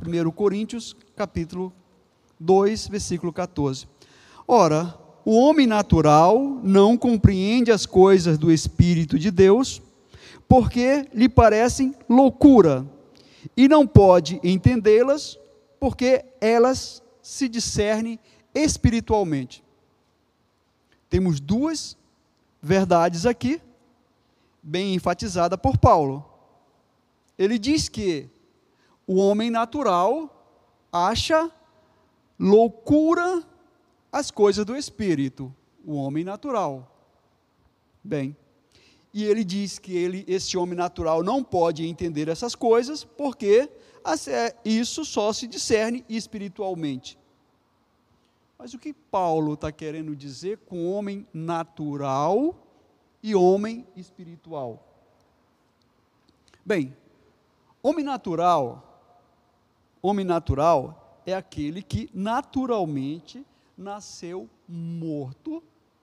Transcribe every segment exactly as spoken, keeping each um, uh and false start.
primeiro Coríntios, capítulo dois, versículo quatorze. Ora, o homem natural não compreende as coisas do Espírito de Deus, porque lhe parecem loucura, e não pode entendê-las, porque elas se discernem espiritualmente. Temos duas verdades aqui, bem enfatizada por Paulo. Ele diz que o homem natural acha loucura as coisas do Espírito, o homem natural. Bem, e ele diz que ele, esse homem natural não pode entender essas coisas, porque isso só se discerne espiritualmente. Mas o que Paulo está querendo dizer com homem natural e homem espiritual? Bem, homem natural, homem natural é aquele que naturalmente nasceu morto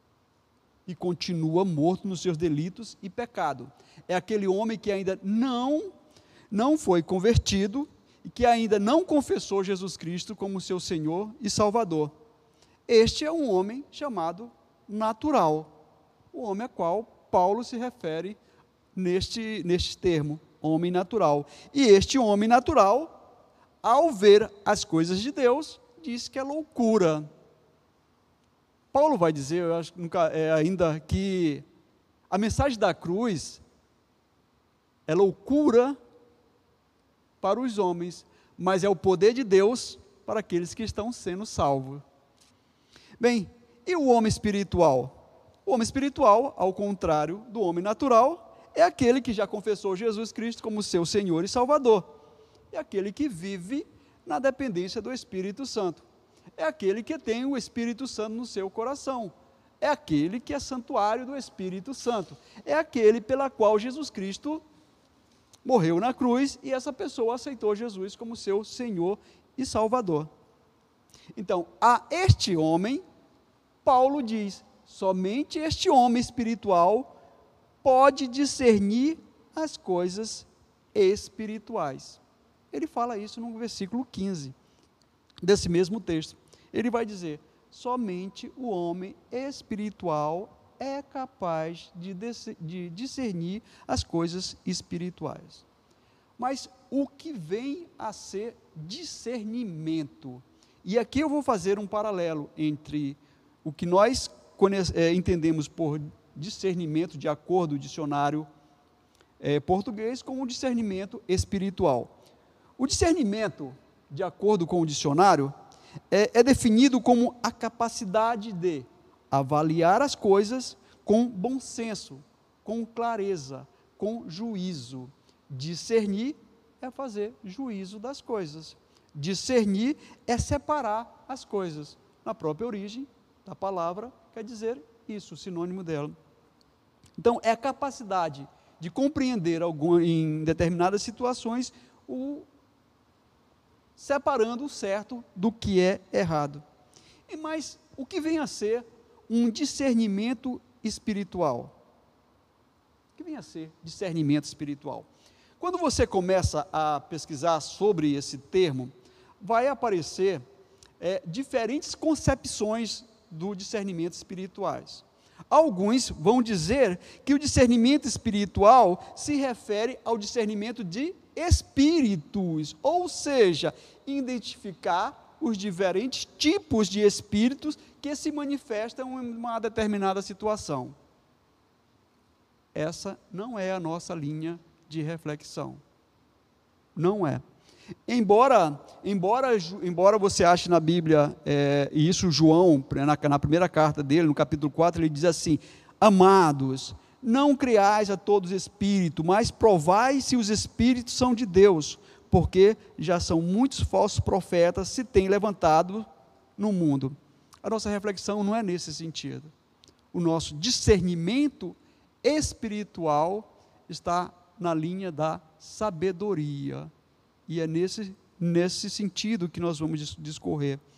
e continua morto nos seus delitos e pecado. É aquele homem que ainda não, não foi convertido e que ainda não confessou Jesus Cristo como seu Senhor e Salvador. Este é um homem chamado natural, o homem a qual Paulo se refere neste, neste termo, homem natural. E este homem natural, ao ver as coisas de Deus, diz que é loucura. Paulo vai dizer, eu acho que nunca, é, ainda, que a mensagem da cruz é loucura para os homens, mas é o poder de Deus para aqueles que estão sendo salvos. Bem, e o homem espiritual? O homem espiritual, ao contrário do homem natural, é aquele que já confessou Jesus Cristo como seu Senhor e Salvador. É aquele que vive na dependência do Espírito Santo. É aquele que tem o Espírito Santo no seu coração. É aquele que é santuário do Espírito Santo. É aquele pela qual Jesus Cristo morreu na cruz e essa pessoa aceitou Jesus como seu Senhor e Salvador. Então, a este homem, Paulo diz, somente este homem espiritual pode discernir as coisas espirituais. Ele fala isso no versículo quinze desse mesmo texto. Ele vai dizer, somente o homem espiritual é capaz de, de discernir as coisas espirituais. Mas o que vem a ser discernimento? E aqui eu vou fazer um paralelo entre o que nós é, entendemos por discernimento, de acordo com o dicionário é, português, com o discernimento espiritual. O discernimento, de acordo com o dicionário, é, é definido como a capacidade de avaliar as coisas com bom senso, com clareza, com juízo. Discernir é fazer juízo das coisas. Discernir é separar as coisas. Na própria origem da palavra, quer dizer isso, sinônimo dela. Então, é a capacidade de compreender algum, em determinadas situações, o, separando o certo do que é errado. E, mas o que vem a ser um discernimento espiritual? O que vem a ser discernimento espiritual? Quando você começa a pesquisar sobre esse termo, vai aparecer é, diferentes concepções do discernimento espirituais. Alguns vão dizer que o discernimento espiritual se refere ao discernimento de espíritos, ou seja, identificar os diferentes tipos de espíritos que se manifestam em uma determinada situação. Essa não é a nossa linha de reflexão. Não é. Embora, embora, embora você ache na Bíblia, é, e isso João, na, na primeira carta dele, no capítulo quatro, ele diz assim, amados, não creais a todos os espíritos, mas provai se os espíritos são de Deus, porque já são muitos falsos profetas se têm levantado no mundo. A nossa reflexão não é nesse sentido. O nosso discernimento espiritual está na linha da sabedoria. E é nesse, nesse sentido que nós vamos discorrer.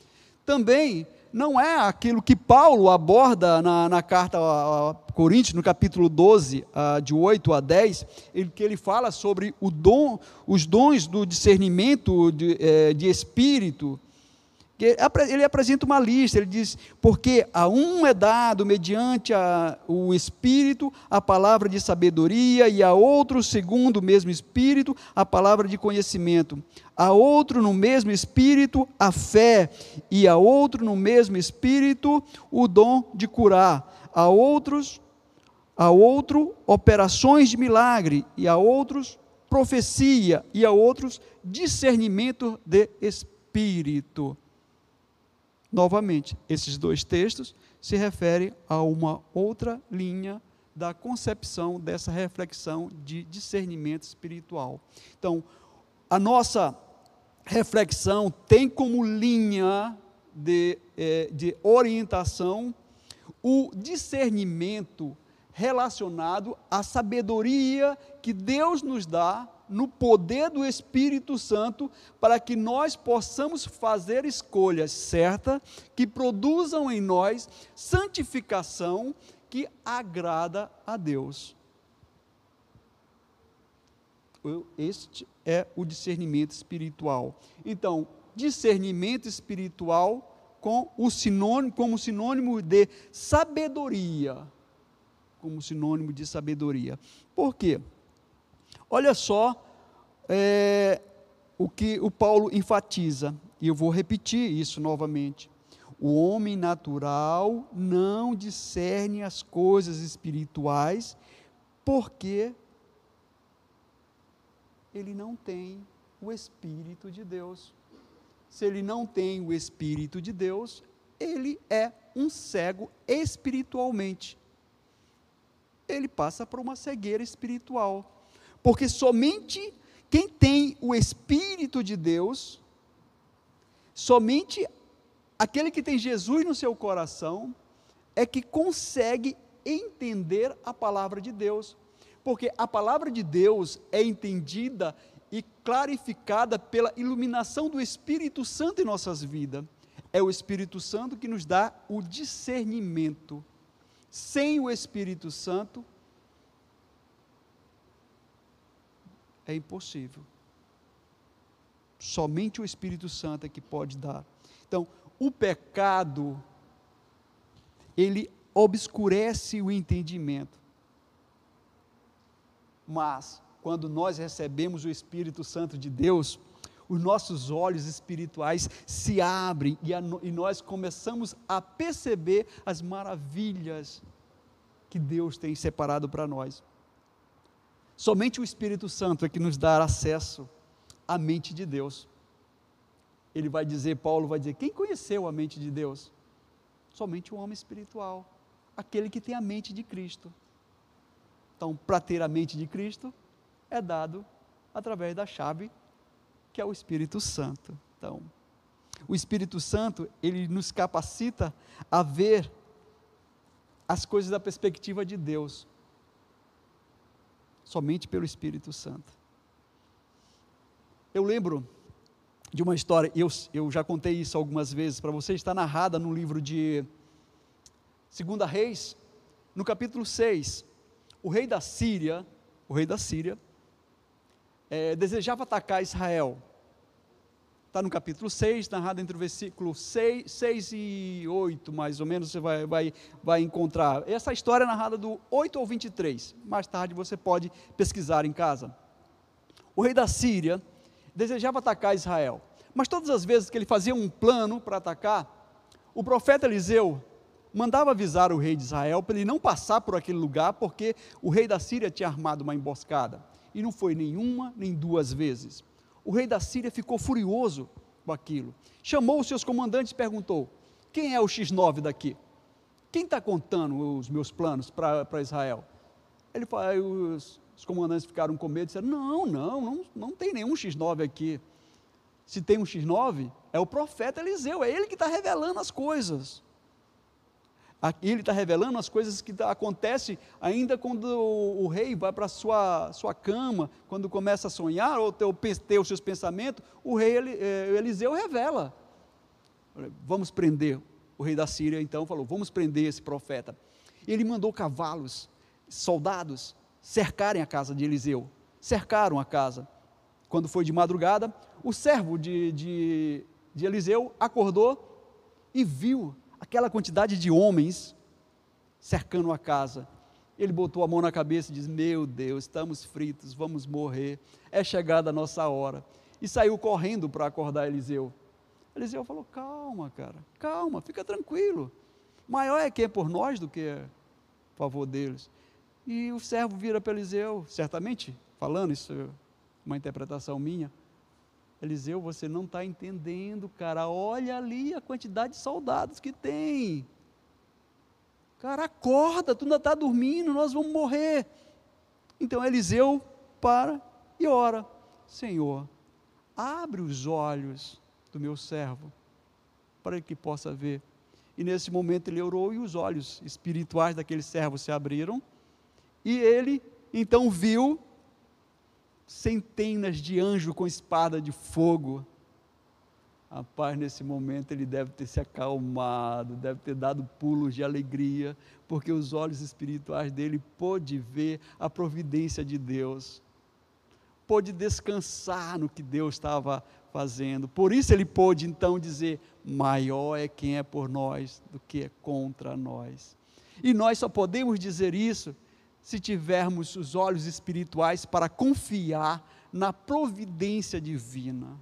Também não é aquilo que Paulo aborda na, na carta a Coríntios, no capítulo doze, de oito a dez, ele, que ele fala sobre o dom, os dons do discernimento de, é, de espírito. Que ele apresenta uma lista, ele diz, porque a um é dado mediante a, o Espírito a palavra de sabedoria, e a outro, segundo o mesmo Espírito, a palavra de conhecimento, a outro no mesmo Espírito a fé, e a outro no mesmo Espírito o dom de curar, a outros, a outro operações de milagre, e a outros profecia, e a outros discernimento de Espírito. Novamente, esses dois textos se referem a uma outra linha da concepção dessa reflexão de discernimento espiritual. Então, a nossa reflexão tem como linha de, eh, de orientação o discernimento relacionado à sabedoria que Deus nos dá no poder do Espírito Santo, para que nós possamos fazer escolhas certas, que produzam em nós santificação que agrada a Deus. Este é o discernimento espiritual. Então, discernimento espiritual com o sinônimo, como sinônimo de sabedoria, como sinônimo de sabedoria. Por quê? Olha só é, o que o Paulo enfatiza, e eu vou repetir isso novamente. O homem natural não discerne as coisas espirituais, porque ele não tem o Espírito de Deus. Se ele não tem o Espírito de Deus, ele é um cego espiritualmente. Ele passa por uma cegueira espiritual. Porque somente quem tem o Espírito de Deus, somente aquele que tem Jesus no seu coração, é que consegue entender a palavra de Deus. Porque a palavra de Deus é entendida e clarificada pela iluminação do Espírito Santo em nossas vidas. É o Espírito Santo que nos dá o discernimento. Sem o Espírito Santo, é impossível. Somente o Espírito Santo é que pode dar. Então, o pecado, ele obscurece o entendimento. Mas, quando nós recebemos o Espírito Santo de Deus, os nossos olhos espirituais se abrem e, a, e nós começamos a perceber as maravilhas que Deus tem separado para nós. Somente o Espírito Santo é que nos dá acesso à mente de Deus. Ele vai dizer, Paulo vai dizer, quem conheceu a mente de Deus? Somente o homem espiritual, aquele que tem a mente de Cristo. Então, para ter a mente de Cristo, é dado através da chave, que é o Espírito Santo. Então, o Espírito Santo, ele nos capacita a ver as coisas da perspectiva de Deus. Somente pelo Espírito Santo. Eu lembro de uma história, eu, eu já contei isso algumas vezes para vocês, está narrada no livro de Segunda Reis, no capítulo seis. O rei da Síria, o rei da Síria, é, desejava atacar Israel. Está no capítulo seis, narrado entre o versículo seis, seis e oito, mais ou menos, você vai, vai, vai encontrar. Essa história é narrada do oito ao vinte e três. Mais tarde você pode pesquisar em casa. O rei da Síria desejava atacar Israel. Mas todas as vezes que ele fazia um plano para atacar, o profeta Eliseu mandava avisar o rei de Israel para ele não passar por aquele lugar, porque o rei da Síria tinha armado uma emboscada. E não foi nenhuma, nem duas vezes. O rei da Síria ficou furioso com aquilo. Chamou os seus comandantes e perguntou, quem é o X nove daqui? Quem está contando os meus planos para Israel? Ele falou, os, os comandantes ficaram com medo e disseram, não, não, não, não tem nenhum X nove aqui. Se tem um X nove, é o profeta Eliseu, é ele que está revelando as coisas. Ele está revelando as coisas que acontecem ainda quando o, o rei vai para a sua, sua cama, quando começa a sonhar ou ter, ter os seus pensamentos, o rei Eliseu revela. vamos prender. O rei da Síria então falou, vamos prender esse profeta. Ele mandou cavalos, soldados, cercarem a casa de Eliseu, cercaram a casa. Quando foi de madrugada, o servo de, de, de Eliseu acordou e viu aquela quantidade de homens cercando a casa. Ele botou a mão na cabeça e disse, meu Deus, estamos fritos, vamos morrer, é chegada a nossa hora. E saiu correndo para acordar Eliseu. Eliseu falou, calma cara, calma, fica tranquilo, maior é quem é por nós do que a favor deles. E o servo vira para Eliseu, certamente, falando, isso é uma interpretação minha, Eliseu, você não está entendendo, cara, olha ali a quantidade de soldados que tem, cara, acorda, tu ainda está dormindo, nós vamos morrer. Então Eliseu para e ora, Senhor, abre os olhos do meu servo, para que possa ver. E nesse momento ele orou e os olhos espirituais daquele servo se abriram, e ele então viu centenas de anjos com espada de fogo. Rapaz, nesse momento ele deve ter se acalmado, deve ter dado pulos de alegria, porque os olhos espirituais dele pôde ver a providência de Deus, pôde descansar no que Deus estava fazendo. Por isso ele pôde então dizer, maior é quem é por nós do que é contra nós. E nós só podemos dizer isso se tivermos os olhos espirituais para confiar na providência divina.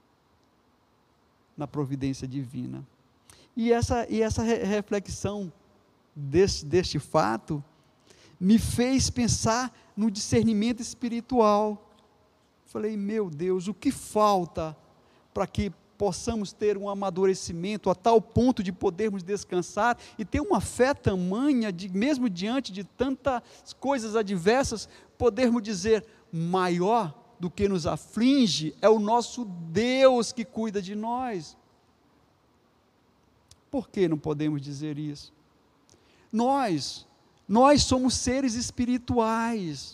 Na providência divina. E essa, e essa reflexão desse, deste fato me fez pensar no discernimento espiritual. Falei, meu Deus, o que falta para que possamos ter um amadurecimento a tal ponto de podermos descansar e ter uma fé tamanha, de, mesmo diante de tantas coisas adversas, podermos dizer, maior do que nos aflige é o nosso Deus que cuida de nós. Por que não podemos dizer isso? Nós, nós somos seres espirituais.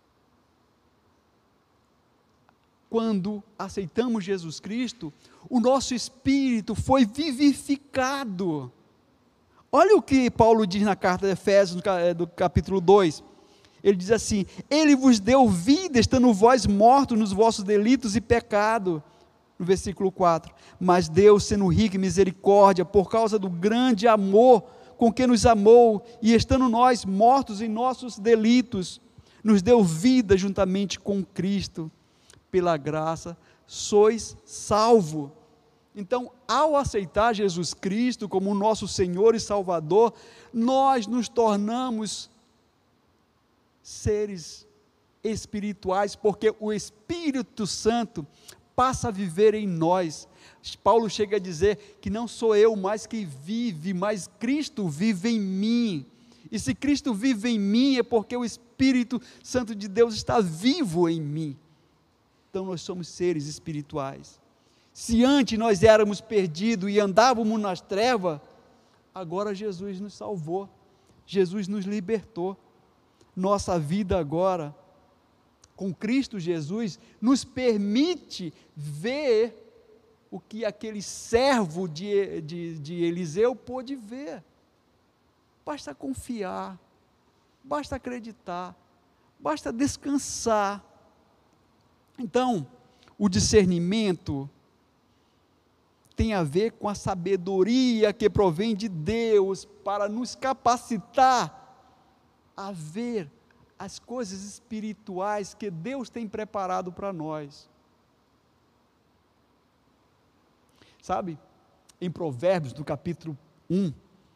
Quando aceitamos Jesus Cristo, o nosso espírito foi vivificado. Olha o que Paulo diz na carta de Efésios, do capítulo dois, ele diz assim, ele vos deu vida, estando vós mortos nos vossos delitos e pecado, no versículo quatro, mas Deus, sendo rico em misericórdia, por causa do grande amor com que nos amou, e estando nós mortos em nossos delitos, nos deu vida juntamente com Cristo, pela graça, sois salvo. Então, ao aceitar Jesus Cristo como o nosso Senhor e Salvador, nós nos tornamos seres espirituais, porque o Espírito Santo passa a viver em nós. Paulo chega a dizer que não sou eu mais que vive, mas Cristo vive em mim. E se Cristo vive em mim, é porque o Espírito Santo de Deus está vivo em mim. Então nós somos seres espirituais. Se antes nós éramos perdidos e andávamos nas trevas, agora Jesus nos salvou, Jesus nos libertou. Nossa vida agora, com Cristo Jesus, nos permite ver o que aquele servo de, de, de Eliseu pôde ver. Basta confiar, basta acreditar, basta descansar. Então, o discernimento tem a ver com a sabedoria que provém de Deus para nos capacitar a ver as coisas espirituais que Deus tem preparado para nós. Sabe, em Provérbios, do capítulo um,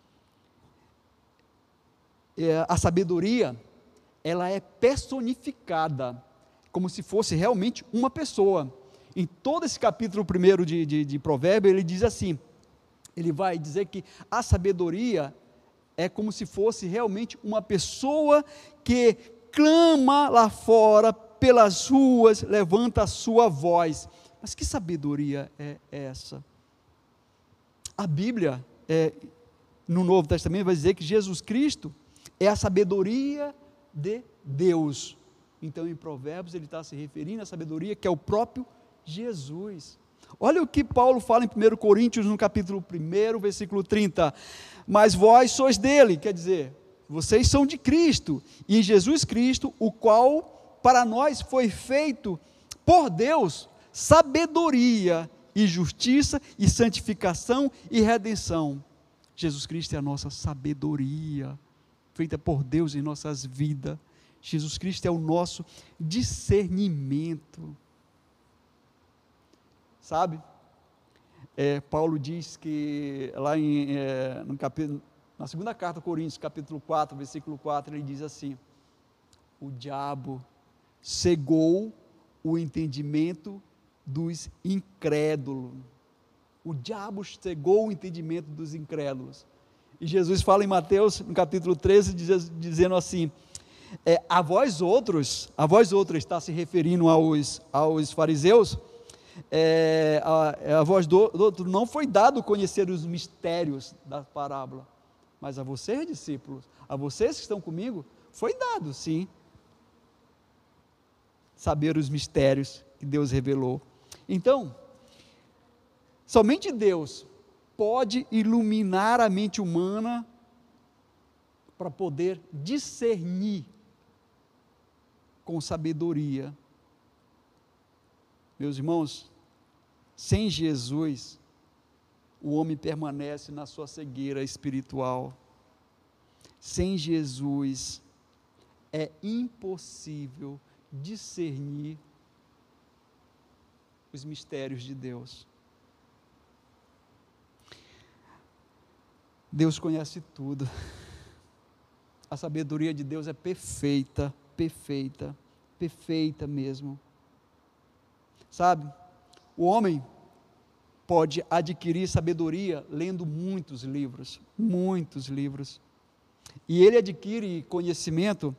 é, a sabedoria, ela é personificada, como se fosse realmente uma pessoa. Em todo esse capítulo primeiro de, de, de Provérbios, ele diz assim, ele vai dizer que a sabedoria é como se fosse realmente uma pessoa que clama lá fora, pelas ruas, levanta a sua voz. Mas que sabedoria é essa? A Bíblia, é, no Novo Testamento, vai dizer que Jesus Cristo é a sabedoria de Deus. Então, em Provérbios, ele está se referindo à sabedoria que é o próprio Jesus. Olha o que Paulo fala em primeiro Coríntios, no capítulo um, versículo trinta. Mas vós sois dele, quer dizer, vocês são de Cristo, e Jesus Cristo, o qual para nós foi feito por Deus sabedoria e justiça e santificação e redenção. Jesus Cristo é a nossa sabedoria, feita por Deus em nossas vidas. Jesus Cristo é o nosso discernimento. Sabe? É, Paulo diz que lá em, é, no capítulo, na segunda carta a Coríntios, capítulo quatro, versículo quatro, ele diz assim: o diabo cegou o entendimento dos incrédulos. O diabo cegou o entendimento dos incrédulos. E Jesus fala em Mateus, no capítulo treze, diz, dizendo assim, é, a vós outros, a vós outros, está se referindo aos, aos fariseus, é, a, a vós do, do, não foi dado conhecer os mistérios da parábola, mas a vocês, discípulos, a vocês que estão comigo, foi dado, sim, saber os mistérios que Deus revelou. Então, somente Deus pode iluminar a mente humana para poder discernir com sabedoria. Meus irmãos, sem Jesus, o homem permanece na sua cegueira espiritual. Sem Jesus, é impossível discernir os mistérios de Deus. Deus conhece tudo. A sabedoria de Deus é perfeita, perfeita, perfeita mesmo. Sabe, o homem pode adquirir sabedoria lendo muitos livros, muitos livros. E ele adquire conhecimento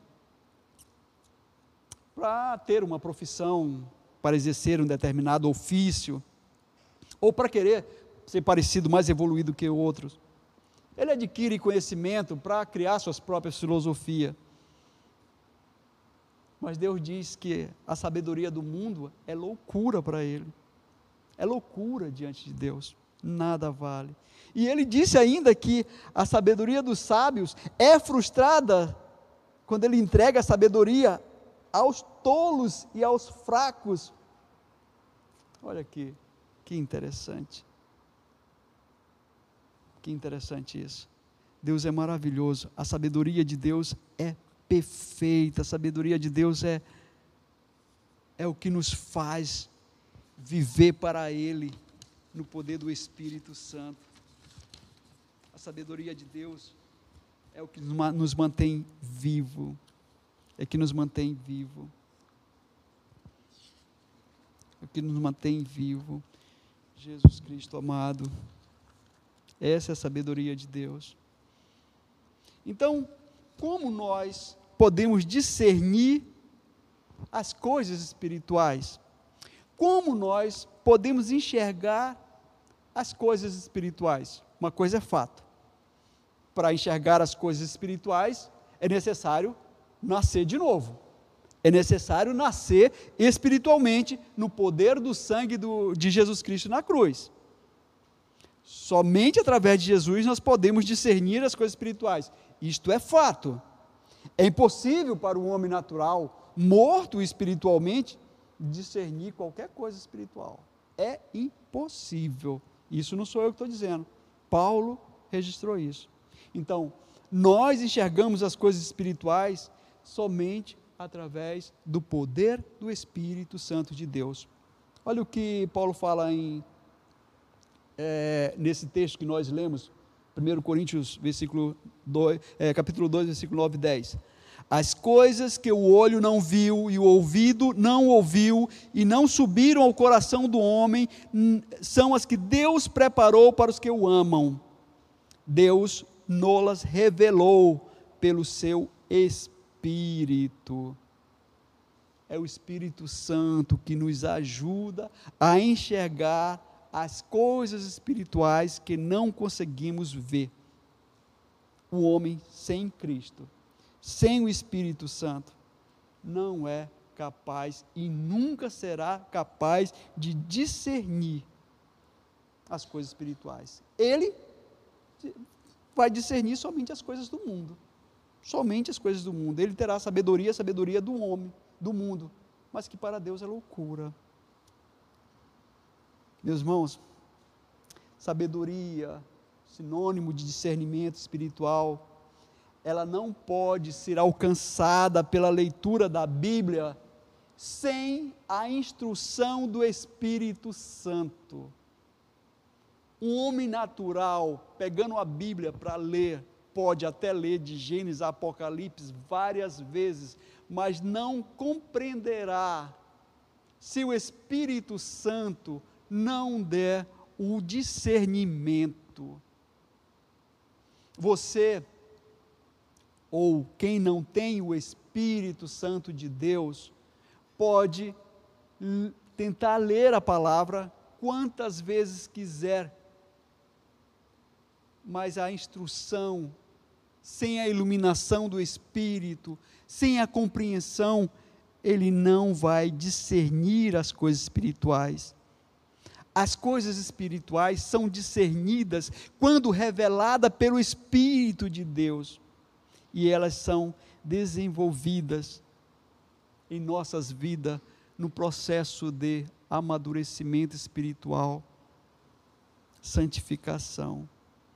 para ter uma profissão, para exercer um determinado ofício, ou para querer ser parecido, mais evoluído que outros. Ele adquire conhecimento para criar suas próprias filosofias. Mas Deus diz que a sabedoria do mundo é loucura para ele. É loucura diante de Deus. Nada vale. E ele disse ainda que a sabedoria dos sábios é frustrada quando ele entrega a sabedoria aos tolos e aos fracos. Olha aqui, que interessante. Que interessante isso. Deus é maravilhoso. A sabedoria de Deus é perfeita. A sabedoria de Deus é, é o que nos faz viver para Ele, no poder do Espírito Santo. A sabedoria de Deus é o que nos mantém vivo. É que nos mantém vivo. É o que nos mantém vivo. Jesus Cristo amado. Essa é a sabedoria de Deus. Então, como nós podemos discernir as coisas espirituais? Como nós podemos enxergar as coisas espirituais? Uma coisa é fato. Para enxergar as coisas espirituais, é necessário nascer de novo. É necessário nascer espiritualmente no poder do sangue do, de Jesus Cristo na cruz. Somente através de Jesus nós podemos discernir as coisas espirituais. Isto é fato. É impossível para o homem natural, morto espiritualmente, discernir qualquer coisa espiritual. É impossível. Isso não sou eu que estou dizendo. Paulo registrou isso. Então, nós enxergamos as coisas espirituais somente através do poder do Espírito Santo de Deus. Olha o que Paulo fala em É, nesse texto que nós lemos, primeiro Coríntios, versículo dois, é, capítulo dois, versículo nove e dez. As coisas que o olho não viu e o ouvido não ouviu e não subiram ao coração do homem, são as que Deus preparou para os que o amam. Deus nolas revelou pelo seu Espírito. É o Espírito Santo que nos ajuda a enxergar as coisas espirituais que não conseguimos ver. O homem sem Cristo, sem o Espírito Santo, não é capaz e nunca será capaz de discernir as coisas espirituais. Ele vai discernir somente as coisas do mundo. Somente as coisas do mundo. Ele terá a sabedoria, a sabedoria do homem, do mundo, mas que para Deus é loucura. Meus irmãos, sabedoria, sinônimo de discernimento espiritual, ela não pode ser alcançada pela leitura da Bíblia sem a instrução do Espírito Santo. Um homem natural, pegando a Bíblia para ler, pode até ler de Gênesis a Apocalipse várias vezes, mas não compreenderá se o Espírito Santo não der o discernimento. Você, ou quem não tem o Espírito Santo de Deus, pode tentar ler a palavra quantas vezes quiser, mas a instrução, sem a iluminação do Espírito, sem a compreensão, ele não vai discernir as coisas espirituais. As coisas espirituais são discernidas quando revelada pelo Espírito de Deus, e elas são desenvolvidas em nossas vidas no processo de amadurecimento espiritual, santificação.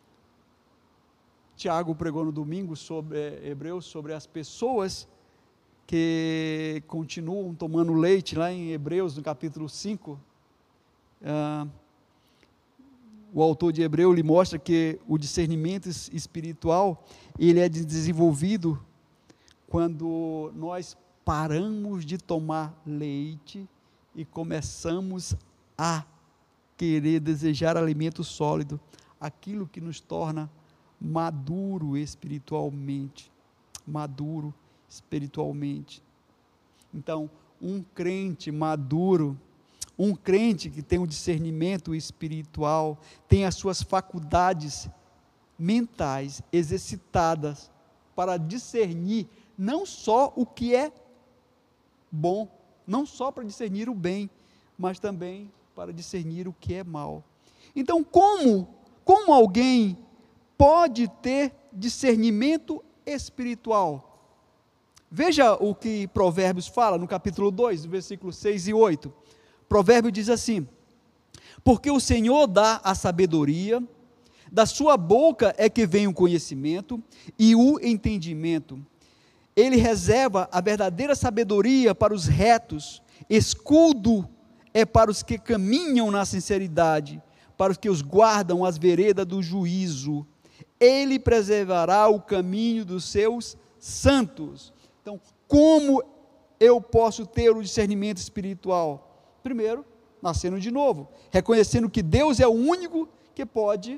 Tiago pregou no domingo sobre é, Hebreus, sobre as pessoas que continuam tomando leite, lá em Hebreus, no capítulo cinco, ah, o autor de Hebreu lhe mostra que o discernimento espiritual, ele é desenvolvido quando nós paramos de tomar leite e começamos a querer desejar alimento sólido, aquilo que nos torna maduro espiritualmente, maduro espiritualmente. Então, um crente maduro, um crente que tem um discernimento espiritual, tem as suas faculdades mentais exercitadas para discernir não só o que é bom, não só para discernir o bem, mas também para discernir o que é mal. Então, como, como alguém pode ter discernimento espiritual? Veja o que Provérbios fala no capítulo dois, versículos seis e oito. Provérbio diz assim: porque o Senhor dá a sabedoria, da sua boca é que vem o conhecimento e o entendimento. Ele reserva a verdadeira sabedoria para os retos, escudo é para os que caminham na sinceridade, para os que os guardam as veredas do juízo. Ele preservará o caminho dos seus santos. Então, como eu posso ter o discernimento espiritual? Primeiro, nascendo de novo, reconhecendo que Deus é o único que pode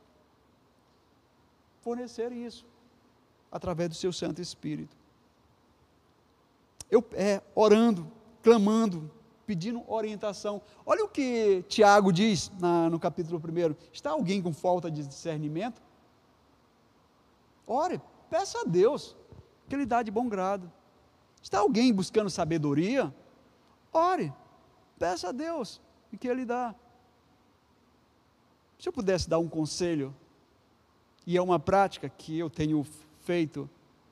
fornecer isso, através do seu Santo Espírito. Eu, é, orando, clamando, pedindo orientação. Olha o que Tiago diz na, no capítulo primeiro. Está alguém com falta de discernimento? Ore, peça a Deus, que Ele dá de bom grado. Está alguém buscando sabedoria? Ore, peça a Deus, e que Ele dá. Se eu pudesse dar um conselho, e é uma prática que eu tenho feito,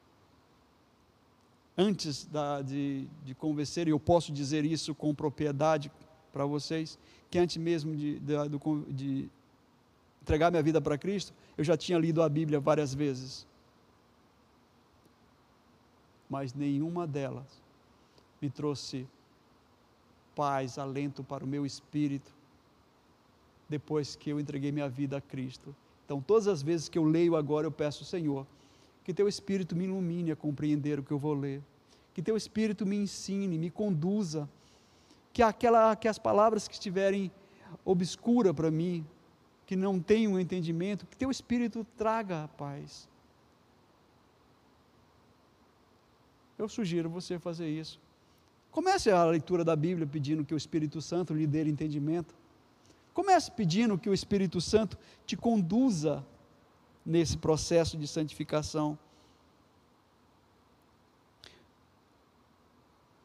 antes da, de, de convencer, e eu posso dizer isso com propriedade para vocês, que antes mesmo de, de, de entregar minha vida para Cristo, eu já tinha lido a Bíblia várias vezes, mas nenhuma delas me trouxe paz, alento para o meu espírito, depois que eu entreguei minha vida a Cristo. Então, todas as vezes que eu leio agora, eu peço: Senhor, que Teu Espírito me ilumine a compreender o que eu vou ler, que Teu Espírito me ensine, me conduza, que, aquela, que as palavras que estiverem obscuras para mim, que não tenho um entendimento, que Teu Espírito traga a paz. Eu sugiro você fazer isso. Comece a leitura da Bíblia pedindo que o Espírito Santo lhe dê entendimento. Comece pedindo que o Espírito Santo te conduza nesse processo de santificação.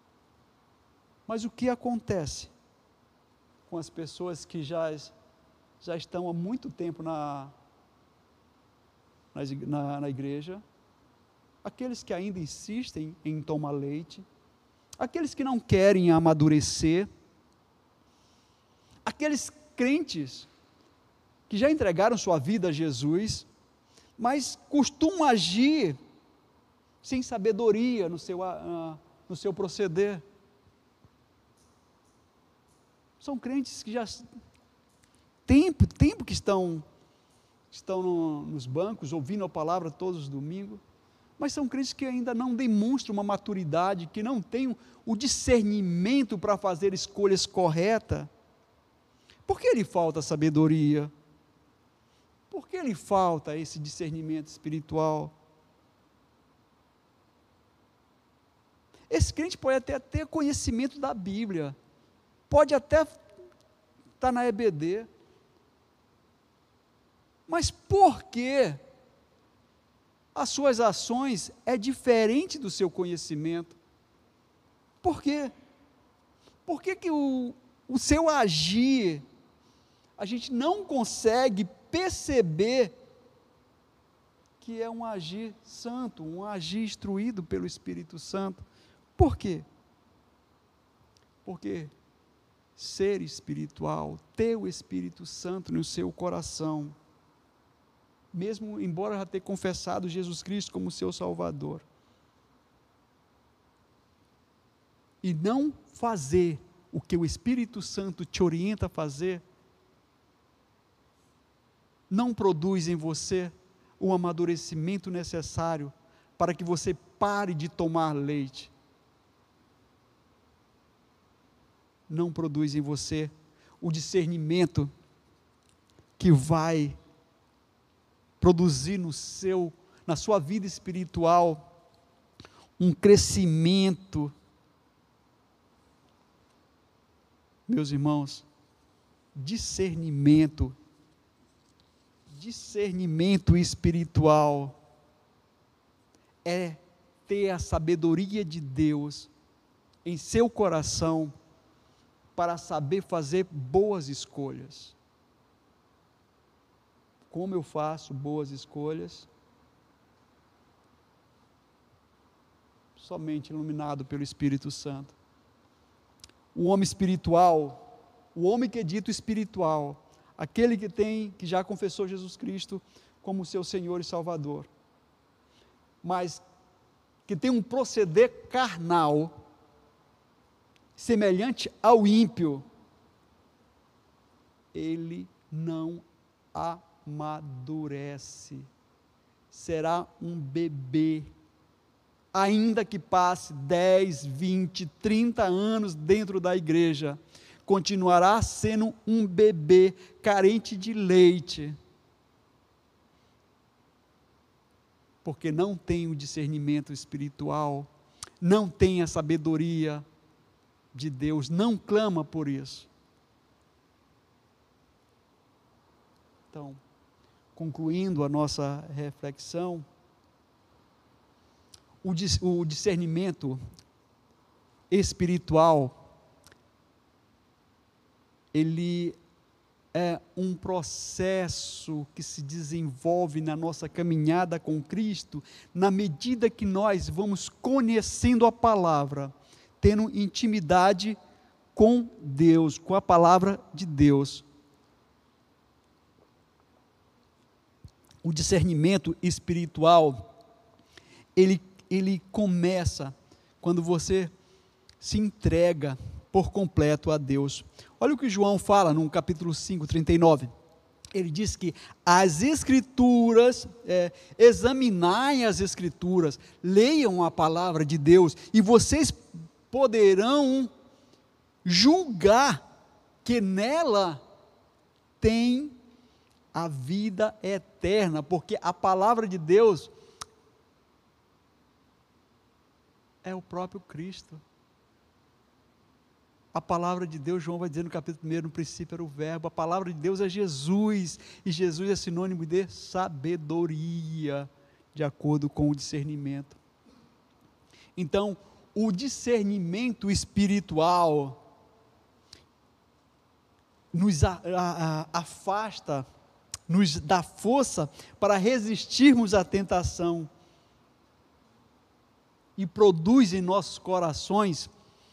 Mas o que acontece com as pessoas que já já estão há muito tempo na, na, na igreja, aqueles que ainda insistem em tomar leite, aqueles que não querem amadurecer, aqueles crentes que já entregaram sua vida a Jesus, mas costumam agir sem sabedoria no seu, uh, no seu proceder. São crentes que já tempo, tempo que estão, estão no, nos bancos, ouvindo a palavra todos os domingos, mas são crentes que ainda não demonstram uma maturidade, que não têm o discernimento para fazer escolhas corretas. Por que lhe falta sabedoria? Por que lhe falta esse discernimento espiritual? Esse crente pode até ter conhecimento da Bíblia, pode até estar na E B D, mas por que as suas ações é diferente do seu conhecimento? Por quê? Por que que o, o seu agir, a gente não consegue perceber que é um agir santo, um agir instruído pelo Espírito Santo? Por quê? Porque ser espiritual, ter o Espírito Santo no seu coração, mesmo embora já ter confessado Jesus Cristo como seu Salvador, e não fazer o que o Espírito Santo te orienta a fazer, não produz em você o amadurecimento necessário para que você pare de tomar leite. Não produz em você o discernimento que vai produzir no seu, na sua vida espiritual um crescimento. Meus irmãos, discernimento, discernimento espiritual é ter a sabedoria de Deus em seu coração para saber fazer boas escolhas. Como eu faço boas escolhas? Somente iluminado pelo Espírito Santo. O homem espiritual, o homem que é dito espiritual, aquele que tem, que já confessou Jesus Cristo como seu Senhor e Salvador, mas que tem um proceder carnal, semelhante ao ímpio, ele não amadurece, será um bebê, ainda que passe dez, vinte, trinta anos dentro da igreja, continuará sendo um bebê carente de leite, porque não tem o discernimento espiritual, não tem a sabedoria de Deus, não clama por isso. Então, concluindo a nossa reflexão, o, dis, o discernimento espiritual, ele é um processo que se desenvolve na nossa caminhada com Cristo, na medida que nós vamos conhecendo a palavra, tendo intimidade com Deus, com a palavra de Deus. O discernimento espiritual, ele, ele começa quando você se entrega por completo a Deus. Olha o que João fala no capítulo cinco, trinta e nove. Ele diz que as Escrituras, é, examinai as Escrituras, leiam a palavra de Deus, e vocês poderão julgar que nela tem a vida eterna, porque a palavra de Deus é o próprio Cristo. A palavra de Deus, João vai dizer no capítulo primeiro, no princípio era o verbo, a palavra de Deus é Jesus, e Jesus é sinônimo de sabedoria, de acordo com o discernimento. Então, o discernimento espiritual nos a, a, a, afasta, nos dá força para resistirmos à tentação e produz em nossos corações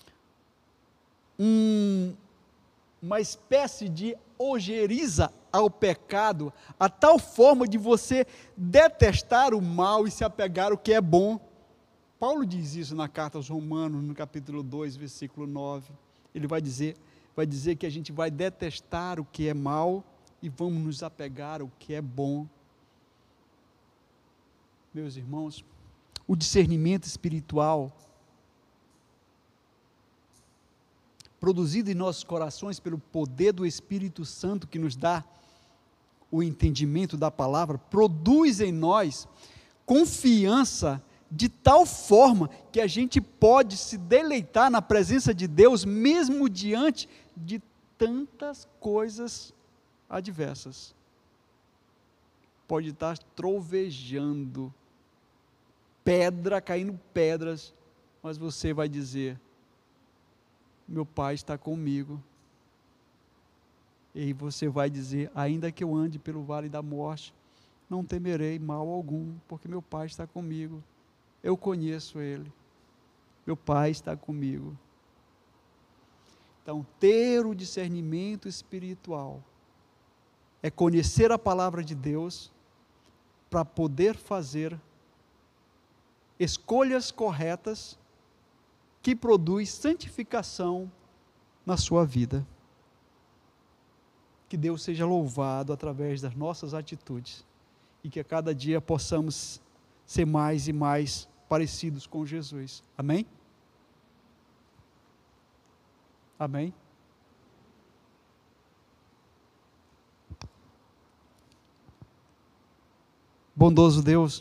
um, uma espécie de ojeriza ao pecado, a tal forma de você detestar o mal e se apegar ao que é bom. Paulo diz isso na carta aos Romanos, no capítulo dois, versículo nove. Ele vai dizer, vai dizer que a gente vai detestar o que é mal e vamos nos apegar ao que é bom. Meus irmãos, o discernimento espiritual produzido em nossos corações pelo poder do Espírito Santo que nos dá o entendimento da palavra, produz em nós confiança de tal forma que a gente pode se deleitar na presença de Deus, mesmo diante de tantas coisas adversas. Pode estar trovejando, pedra caindo pedras, mas você vai dizer: meu Pai está comigo. E você vai dizer: ainda que eu ande pelo vale da morte, não temerei mal algum, porque meu Pai está comigo. Eu conheço Ele. Meu Pai está comigo. Então, ter o discernimento espiritual é conhecer a palavra de Deus para poder fazer escolhas corretas que produz santificação na sua vida. Que Deus seja louvado através das nossas atitudes e que a cada dia possamos ser mais e mais parecidos com Jesus. Amém? Amém? Bondoso Deus,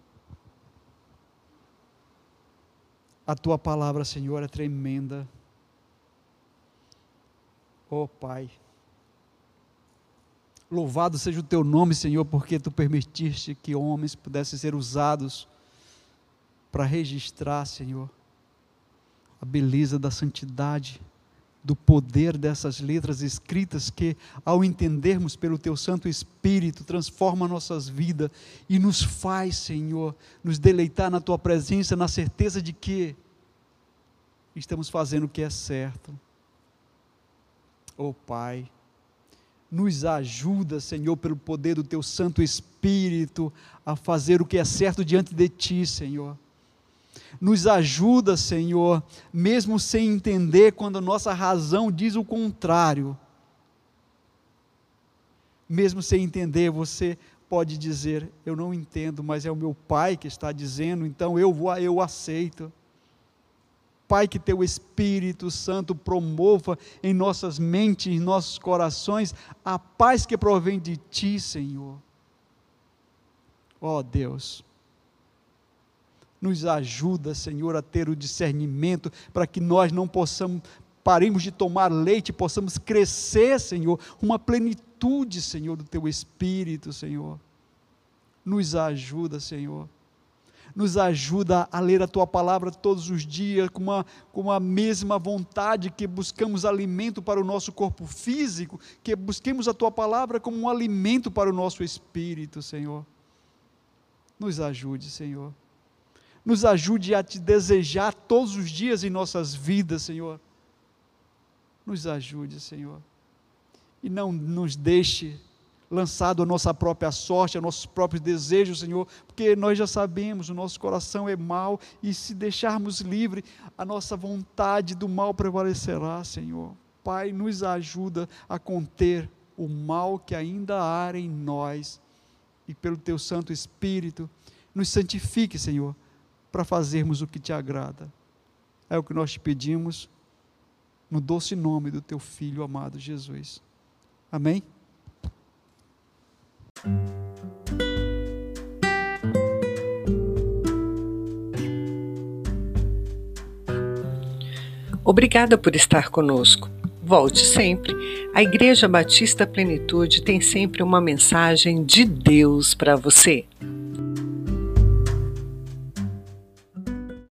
a Tua palavra, Senhor, é tremenda. Oh Pai, louvado seja o Teu nome, Senhor, porque Tu permitiste que homens pudessem ser usados para registrar, Senhor, a beleza da santidade, do poder dessas letras escritas que, ao entendermos pelo Teu Santo Espírito, transforma nossas vidas e nos faz, Senhor, nos deleitar na Tua presença, na certeza de que estamos fazendo o que é certo. Oh Pai, nos ajuda, Senhor, pelo poder do Teu Santo Espírito, a fazer o que é certo diante de Ti, Senhor. Nos ajuda, Senhor, mesmo sem entender, quando a nossa razão diz o contrário. Mesmo sem entender, você pode dizer: eu não entendo, mas é o meu Pai que está dizendo, então eu vou, eu aceito. Pai, que Teu Espírito Santo promova em nossas mentes, em nossos corações, a paz que provém de Ti, Senhor. Ó Deus, nos ajuda, Senhor, a ter o discernimento, para que nós não possamos, paremos de tomar leite, possamos crescer, Senhor, uma plenitude, Senhor, do Teu Espírito, Senhor. Nos ajuda, Senhor. Nos ajuda a ler a Tua palavra todos os dias, com uma, com a mesma vontade que buscamos alimento para o nosso corpo físico, que busquemos a Tua palavra como um alimento para o nosso espírito, Senhor. Nos ajude, Senhor. Nos ajude a Te desejar todos os dias em nossas vidas, Senhor. Nos ajude, Senhor. E não nos deixe lançado à nossa própria sorte, a nossos próprios desejos, Senhor, porque nós já sabemos, o nosso coração é mau, e se deixarmos livre, a nossa vontade do mal prevalecerá, Senhor. Pai, nos ajuda a conter o mal que ainda há em nós, e pelo Teu Santo Espírito, nos santifique, Senhor, para fazermos o que Te agrada. É o que nós Te pedimos, no doce nome do Teu Filho amado Jesus. Amém? Obrigada por estar conosco. Volte sempre. A Igreja Batista Plenitude tem sempre uma mensagem de Deus para você.